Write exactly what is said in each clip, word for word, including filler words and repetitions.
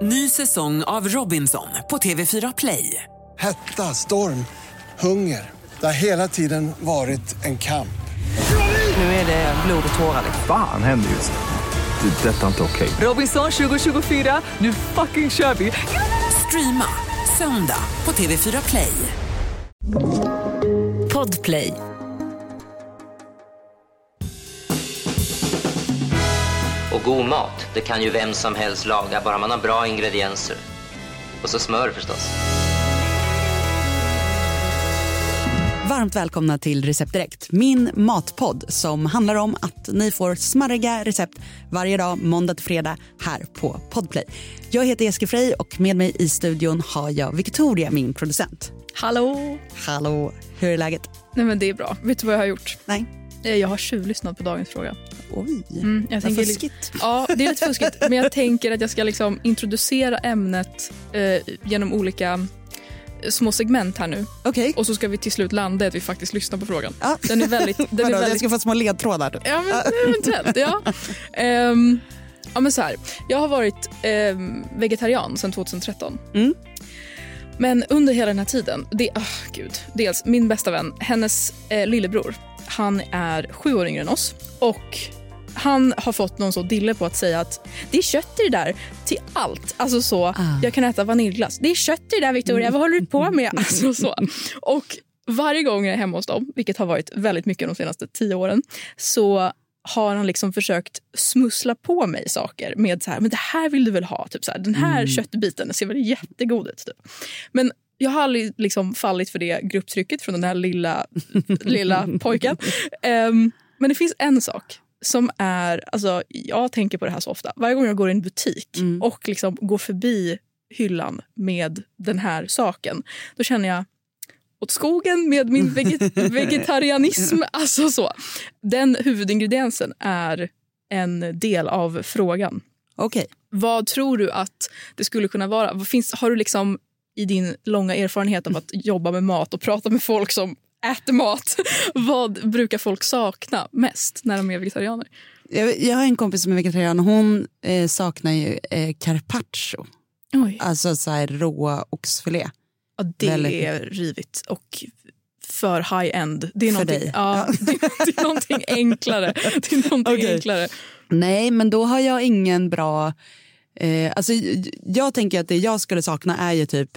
Ny säsong av Robinson på T V fyra Play. Hetta, storm, hunger. Det har hela tiden varit en kamp. Nu är det blod och tårar. Fan händer just det. Det är detta inte okej. Robinson tjugo tjugofyra, nu fucking kör vi. Streama söndag på T V fyra Play. Podplay. Och god mat, det kan ju vem som helst laga, bara man har bra ingredienser. Och så smör förstås. Varmt välkomna till Recept Direkt, min matpodd som handlar om att ni får smarriga recept varje dag, måndag till fredag, här på Podplay. Jag heter Jessica Frey och med mig i studion har jag Victoria, min producent. Hallå! Hallå, hur är läget? Nej men det är bra. Vet du vad jag har gjort? Nej. Jag har tjuvlyssnat på dagens fråga. Oj, mm, jag tänker fuskigt. Ja, det är lite fuskigt. Men jag tänker att jag ska liksom introducera ämnet eh, genom olika små segment här nu. Okej. Okay. Och så ska vi till slut landa att vi faktiskt lyssnar på frågan. Ja. Den är väldigt... Den är väldigt... Jag ska få små ledtrådar. Ja, men eventuellt, ja. Um, ja, men så här. Jag har varit um, vegetarian sedan tjugohundratretton. Mm. Men under hela den här tiden, det, oh, gud, dels min bästa vän, hennes eh, lillebror, han är sju år yngre än oss. Och han har fått någon så dille på att säga att det är kött i det där till allt. Alltså så, ah. jag kan äta vaniljglass. Det är kött i det där, Victoria, mm. vad håller du på med? Alltså så. Och varje gång jag är hemma hos dem, vilket har varit väldigt mycket de senaste tio åren, så har han liksom försökt smussla på mig saker med så här, men det här vill du väl ha? Typ så här, den här mm. köttbiten ser väl jättegod ut. Typ. Men jag har aldrig liksom fallit för det grupptrycket från den här lilla, lilla pojken. Um, men det finns en sak som är, alltså jag tänker på det här så ofta. Varje gång jag går i en butik mm. och liksom går förbi hyllan med den här saken, då känner jag åt skogen med min veget- vegetarianism. Alltså så. Den huvudingrediensen är en del av frågan. Okej. Okay. Vad tror du att det skulle kunna vara? Vad finns, har du liksom i din långa erfarenhet av att jobba med mat och prata med folk som äter mat, vad brukar folk sakna mest när de är vegetarianer? Jag, jag har en kompis som är vegetarian. Hon eh, saknar ju eh, carpaccio. Oj. Alltså så här rå oxfilé. Ja, det Väldigt... är rivigt och för high-end. Det är, för dig. Ja, ja. Det, det är någonting enklare. Det är någonting okay. enklare. Nej, men då har jag ingen bra... Eh, alltså, jag tänker att det jag skulle sakna är ju typ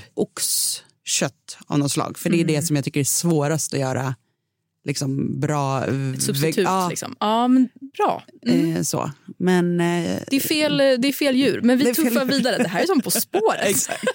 oxkött av något slag. För det är mm. det som jag tycker är svårast att göra liksom bra... Ett substitut veg- ja. liksom. Ja, men bra. Mm. Eh, så. Men, eh, det, är fel, det är fel djur, men vi tuffar fel... vidare. Det här är som På spåret. Exakt.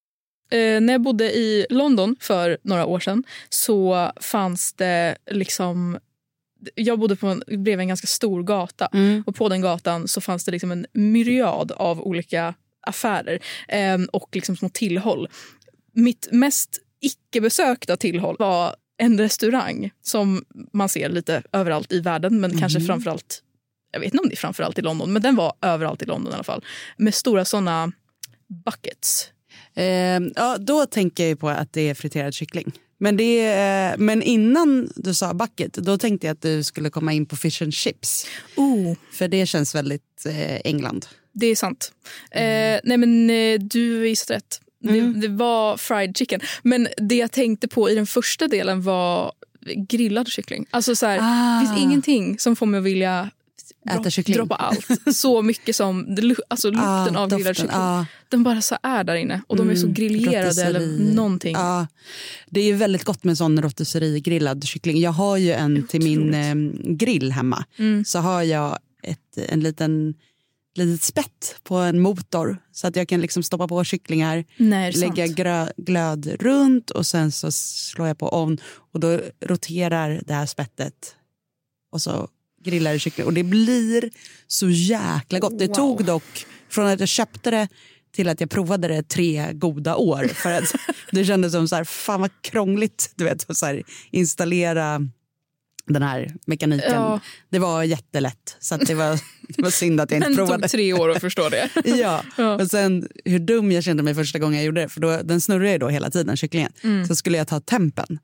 Eh, när jag bodde i London för några år sedan så fanns det liksom... Jag bodde på en, bredvid en ganska stor gata mm. och på den gatan så fanns det liksom en myriad av olika affärer eh, och liksom små tillhåll. Mitt mest icke-besökta tillhåll var en restaurang som man ser lite överallt i världen, men mm. kanske framförallt, jag vet inte om det är framförallt i London, men den var överallt i London i alla fall, med stora sådana buckets. Eh, ja, då tänker jag på att det är friterad kyckling. Men, det är, men innan du sa bucket, då tänkte jag att du skulle komma in på fish and chips. Oh. För det känns väldigt eh, England. Det är sant. Mm. Eh, nej men eh, du visste rätt. Mm. Det, det var fried chicken. Men det jag tänkte på i den första delen var grillad kyckling. Alltså så här, ah. det finns ingenting som får mig att vilja äta kyckling. Droppa allt. Så mycket som alltså lukten ah, av grillad kyckling. Ah. Den bara så är där inne. Och de är så grillerade mm, eller någonting. Ah. Det är ju väldigt gott med sån rotisserie grillad kyckling. Jag har ju en till min eh, grill hemma. Mm. Så har jag ett, en liten litet spett på en motor. Så att jag kan liksom stoppa på kycklingar. Nej, lägga grö, glöd runt. Och sen så slår jag på on. Och då roterar det här spettet. Och så grillade kyckling. Och det blir så jäkla gott. Det wow. tog dock från att jag köpte det till att jag provade det tre goda år. För att det kändes som så här, fan vad krångligt, du vet, att så här, installera den här mekaniken. Ja. Det var jättelätt. Så att det, var, det var synd att jag inte provade. Det tog tre år att förstå det. ja. ja, och sen hur dum jag kände mig första gången jag gjorde det. För då, den snurrar ju då hela tiden, kycklingen. Mm. Så skulle jag ta tempen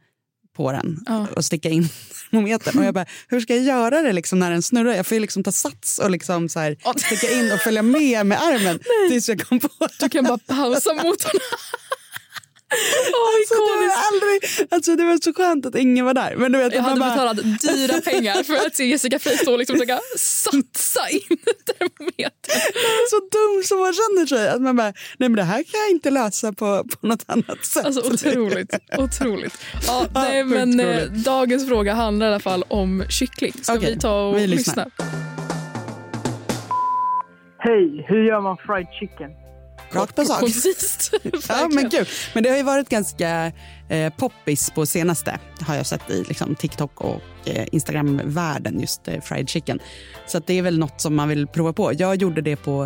på den Ja. och sticka in termometern. Och jag bara, hur ska jag göra det liksom när den snurrar? Jag får ju liksom ta sats och liksom så här, sticka in och följa med med armen tills jag kom på det. Du kan bara pausa motorn. Oh, alltså, det var aldrig, alltså det var så skönt att ingen var där. Men du vet, jag hade bara... betalat dyra pengar för att se Jessica Frey stå och liksom försöka satsa in termometern. Det är så dum som man känner sig. Att man bara, nej men det här kan jag inte lösa på, på något annat sätt. Alltså otroligt, otroligt. Ja, nej, men eh, dagens fråga handlar i alla fall om kyckling. Ska okay, vi ta och vi lyssna? Hej, hur gör man fried chicken? Rakt på sak. Koncist. Ja, men kul. Men det har ju varit ganska eh, poppis på senaste, har jag sett i liksom, TikTok och eh, Instagram-världen, just eh, fried chicken. Så att det är väl något som man vill prova på. Jag gjorde det på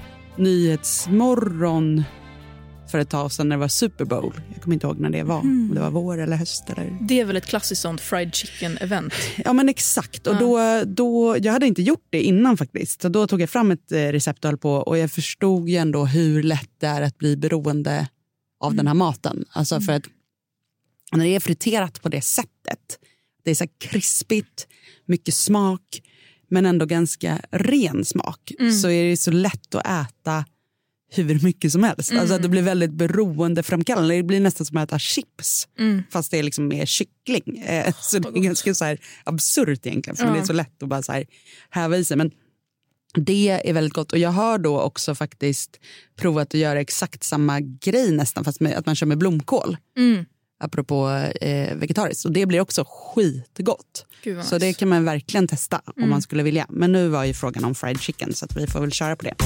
Nyhetsmorgon för ett tag sedan när det var Super Bowl. Jag kommer inte ihåg när det var. Mm. Om det var vår eller höst. Eller... Det är väl ett klassiskt sånt fried chicken-event. Ja, men exakt. Och ja. då, då, jag hade inte gjort det innan faktiskt. Så då tog jag fram ett recept och höll på. Och jag förstod ju ändå hur lätt det är att bli beroende av mm. den här maten. Alltså mm. för att när det är friterat på det sättet. Det är så krispigt, mycket smak. Men ändå ganska ren smak. Mm. Så är det så lätt att äta hur mycket som helst. Mm. Alltså att det blir väldigt beroendeframkallande. Det blir nästan som att äta chips. Mm. Fast det är liksom mer kyckling. Eh, så det är ganska så här absurt egentligen. För ja. Det är så lätt att bara så här häva i sig. Men det är väldigt gott. Och jag har då också faktiskt provat att göra exakt samma grej nästan. Fast med, att man kör med blomkål. Mm. Apropå eh, vegetariskt. Och det blir också skitgott. Gud, så det kan man verkligen testa om mm. man skulle vilja. Men nu var ju frågan om fried chicken. Så att vi får väl köra på det.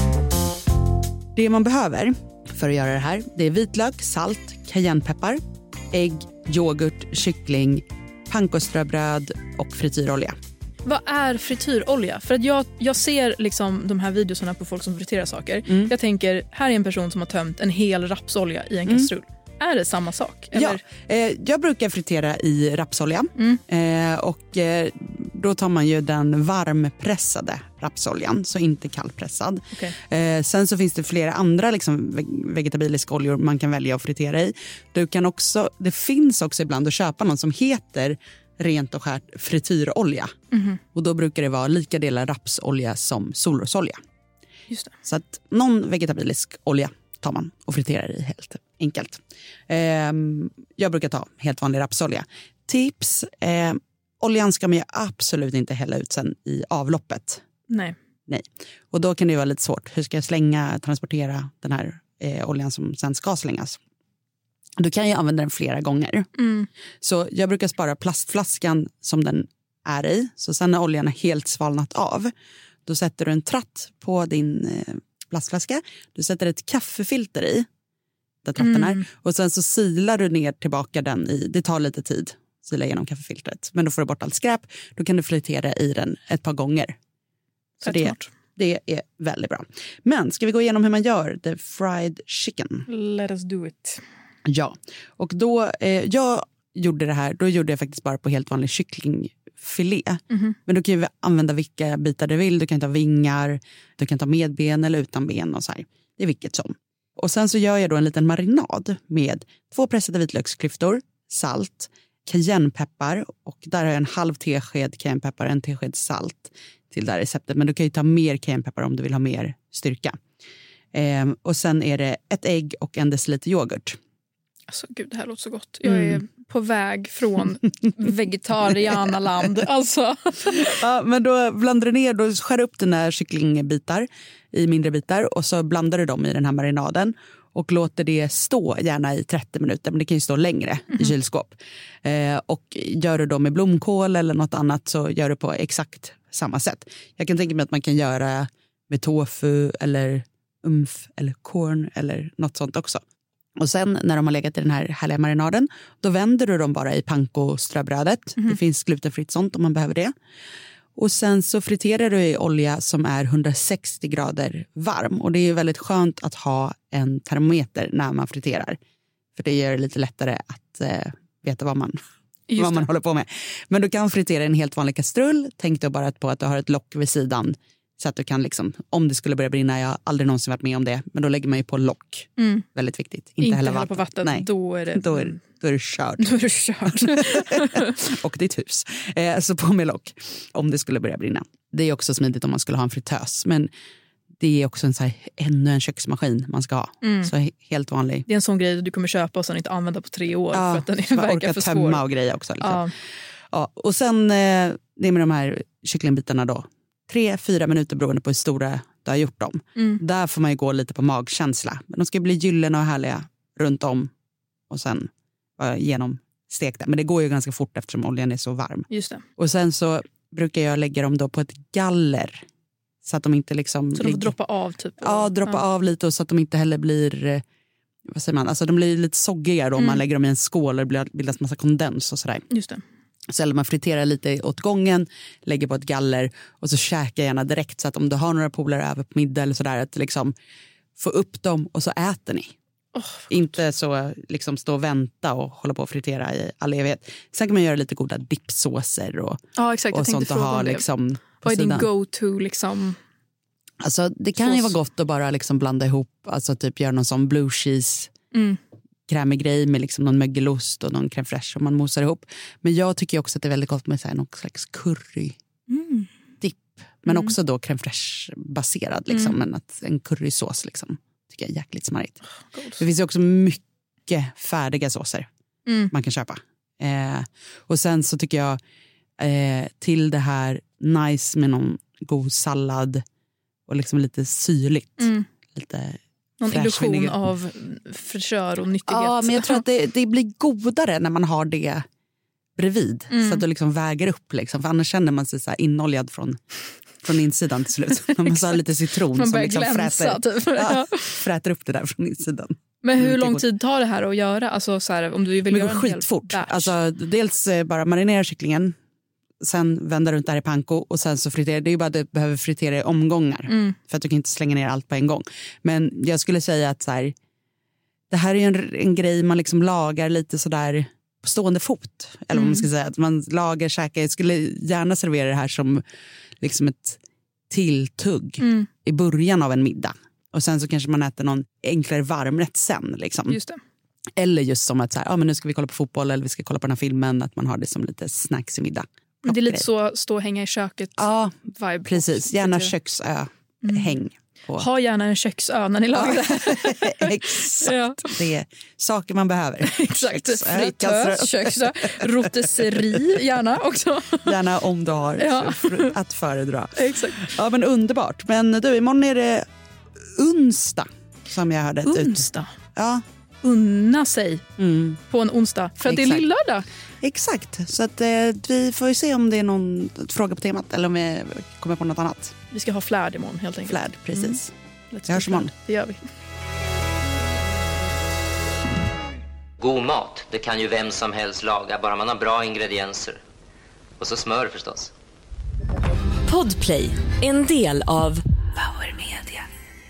Det man behöver för att göra det här, det är vitlök, salt, cayennepeppar, ägg, yoghurt, kyckling, pankoströbröd och frityrolja. Vad är frityrolja? För att jag, jag ser liksom de här videorna på folk som friterar saker. Mm. Jag tänker, här är en person som har tömt en hel rapsolja i en mm. kastrull. Är det samma sak? Eller? Ja, eh, jag brukar fritera i rapsolja. Mm. Eh, och eh, då tar man ju den varmpressade rapsoljan, så inte kallpressad. Okay. Eh, sen så finns det flera andra liksom, vegetabiliska oljor man kan välja att fritera i. Du kan också, det finns också ibland att köpa någon som heter rent och skärt frityrolja. Mm. Och då brukar det vara lika delar rapsolja som solrosolja. Just det. Så att någon vegetabilisk olja tar man och friterar i helt enkelt. Eh, jag brukar ta helt vanlig rapsolja. Tips, eh, oljan ska man ju absolut inte hälla ut sen i avloppet. Nej. Nej. Och då kan det ju vara lite svårt. Hur ska jag slänga, transportera den här eh, oljan som sen ska slängas? Du kan ju använda den flera gånger. Mm. Så jag brukar spara plastflaskan som den är i. Så sen när oljan är helt svalnat av, då sätter du en tratt på din eh, plastflaska. Du sätter ett kaffefilter i, där tratten mm. är. Och sen så silar du ner tillbaka den i, det tar lite tid, sila igenom kaffefiltret. Men då får du bort allt skräp. Då kan du fritera i den ett par gånger. Så det, det är väldigt bra. Men ska vi gå igenom hur man gör the fried chicken? Let us do it. Ja, och då, eh, jag gjorde det här, då gjorde jag faktiskt bara på helt vanlig kycklingfilé. Mm-hmm. Men du kan ju använda vilka bitar du vill. Du kan ta vingar, du kan ta med ben eller utan ben och så här. Det är vilket som. Och sen så gör jag då en liten marinad med två pressade vitlöksklyftor, salt, cayennepeppar, och där har jag en halv tesked cayennepeppar, en tesked salt till det här receptet. Men du kan ju ta mer cayennepeppar om du vill ha mer styrka. Ehm, och sen är det ett ägg och en deciliter yoghurt. Alltså gud, det här låter så gott. Jag är mm. på väg från vegetarianaland. Alltså. Ja, men då blandar du ner, då skär upp dina kycklingbitar i mindre bitar och så blandar du dem i den här marinaden och låter det stå gärna i trettio minuter, men det kan ju stå längre mm. i kylskåp. Eh, och gör du då med blomkål eller något annat så gör du på exakt samma sätt. Jag kan tänka mig att man kan göra med tofu eller umf eller korn eller något sånt också. Och sen när de har legat i den här härliga marinaden, då vänder du dem bara i panko-ströbrödet. Mm. Det finns glutenfritt sånt om man behöver det. Och sen så friterar du i olja som är hundrasextio grader varm. Och det är väldigt skönt att ha en termometer när man friterar. För det gör det lite lättare att eh, veta vad man, vad man håller på med. Men du kan fritera en helt vanlig kastrull. Tänk då bara på att du har ett lock vid sidan. Så att du kan liksom, om det skulle börja brinna, jag har aldrig någonsin varit med om det, men då lägger man ju på lock. Mm. Väldigt viktigt. Inte, Inte hälla hälla på vatten, Nej. då är det... Då är, då är det kört. Då är det kört. Och ditt hus. Eh, så på med lock om det skulle börja brinna. Det är också smidigt om man skulle ha en fritös, men det är också en så här, ännu en köksmaskin man ska ha. Mm. Så helt vanlig. Det är en sån grej du kommer köpa och sen inte använda på tre år. Ja, för att den är, för verkar orka för tömma svår. och grejer också. Liksom. Ja. Ja, och sen eh, det med de här kycklingbitarna då. Tre, fyra minuter beroende på hur stora du har gjort dem. Mm. Där får man ju gå lite på magkänsla. Men de ska bli gyllene och härliga runt om. Och sen uh, genom stekta. Men det går ju ganska fort eftersom oljan är så varm. Just det. Och sen så brukar jag lägga dem då på ett galler. Så att de inte liksom... Så de får droppa av typ? Och, ja, droppa ja. av lite och så att de inte heller blir... Vad säger man? Alltså de blir lite soggiga då om Mm. man lägger dem i en skål och det bildas massa kondens och sådär. Just det. Så eller man friterar lite åt gången, lägger på ett galler och så käkar gärna direkt så att om du har några polare över på middag eller sådär att liksom få upp dem och så äter ni. Oh, inte så liksom stå och vänta och hålla på att fritera i all evighet. Sen kan man göra lite goda dippsåser och, ja, exakt. och sånt att ha liksom vad är din go-to liksom? Alltså det kan sås. ju vara gott att bara liksom blanda ihop, alltså typ göra någon sån blue cheese Mm. krämig grej med liksom någon mögelost och någon crème fraîche som man mosar ihop. Men jag tycker också att det är väldigt gott med så här någon slags curry Mm. dipp. Men Mm. också då crème fraîche baserad liksom. Mm. Men att en currysås liksom. Tycker jag är jäkligt smarrigt. God. Det finns ju också mycket färdiga såser Mm. man kan köpa. Eh, och sen så tycker jag eh, till det här nice med någon god sallad och liksom lite syrligt. Mm. Lite någon fräsch illusion vinäger. av fräschör och nyttighet. Ja, men jag tror att det, det blir godare när man har det bredvid. Mm. Så att du liksom väger upp. Liksom. För annars känner man sig så här inoljad från, från insidan till slut. När man så har lite citron man som börjar liksom glänsa, fräter, typ. ja, fräter upp det där från insidan. Men hur Mm, lång gott. tid tar det här att göra? Alltså så här, om du vill Men det göra går en hel skitfort. batch. Alltså, dels eh, bara marinera kycklingen. Sen vända runt där i panko och sen så fritera. Det är ju bara att du behöver fritera i omgångar. Mm. För att du kan inte slänga ner allt på en gång. Men jag skulle säga att så här, det här är en, en grej man liksom lagar lite sådär på stående fot. Eller vad man ska säga. Att man lagar, käkar. Jag skulle gärna servera det här som liksom ett tilltugg Mm. i början av en middag. Och sen så kanske man äter någon enklare varmrätt sen. Liksom. Just det. Eller just som att så här, ja, men nu ska vi kolla på fotboll eller vi ska kolla på den här filmen. Att man har det som lite snacks i middag. Men det är lite Grej. så stå och hänga i köket Ja, vibe. precis. Gärna köksö. Mm. Häng. På. Ha gärna en köksö när ni lagar det. Exakt. Ja. Det är saker man behöver. Exakt. Köksö, Fritös, kastrull. köksö, rotisserie gärna också. Gärna om du har Ja. för- att föredra. Exakt. Ja, men underbart. Men du, imorgon är det onsdag som jag hörde ett ut. Onsdag. Ja, Unna sig mm. på en onsdag. För att det är Exakt. lillördag. Exakt. Så att, eh, vi får ju se om det är någon fråga på temat eller om vi kommer på något annat. Vi ska ha flärd imorgon helt enkelt. Flärd, precis. Let's Vi hörs do imorgon. flärd. Det gör vi. God mat, det kan ju vem som helst laga, bara man har bra ingredienser. Och så smör förstås. Podplay, en del av Power Media.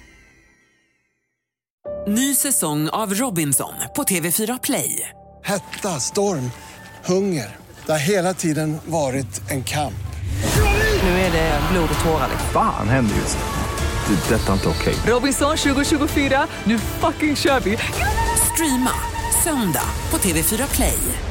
Ny säsong av Robinson på T V fyra Play. Hetta, storm, hunger. Det har hela tiden varit en kamp. Nu är det blod och tårar. Fan händer just det. Det är detta inte okej. Robinson tjugo tjugofyra, nu fucking kör vi! Streama söndag på T V fyra Play.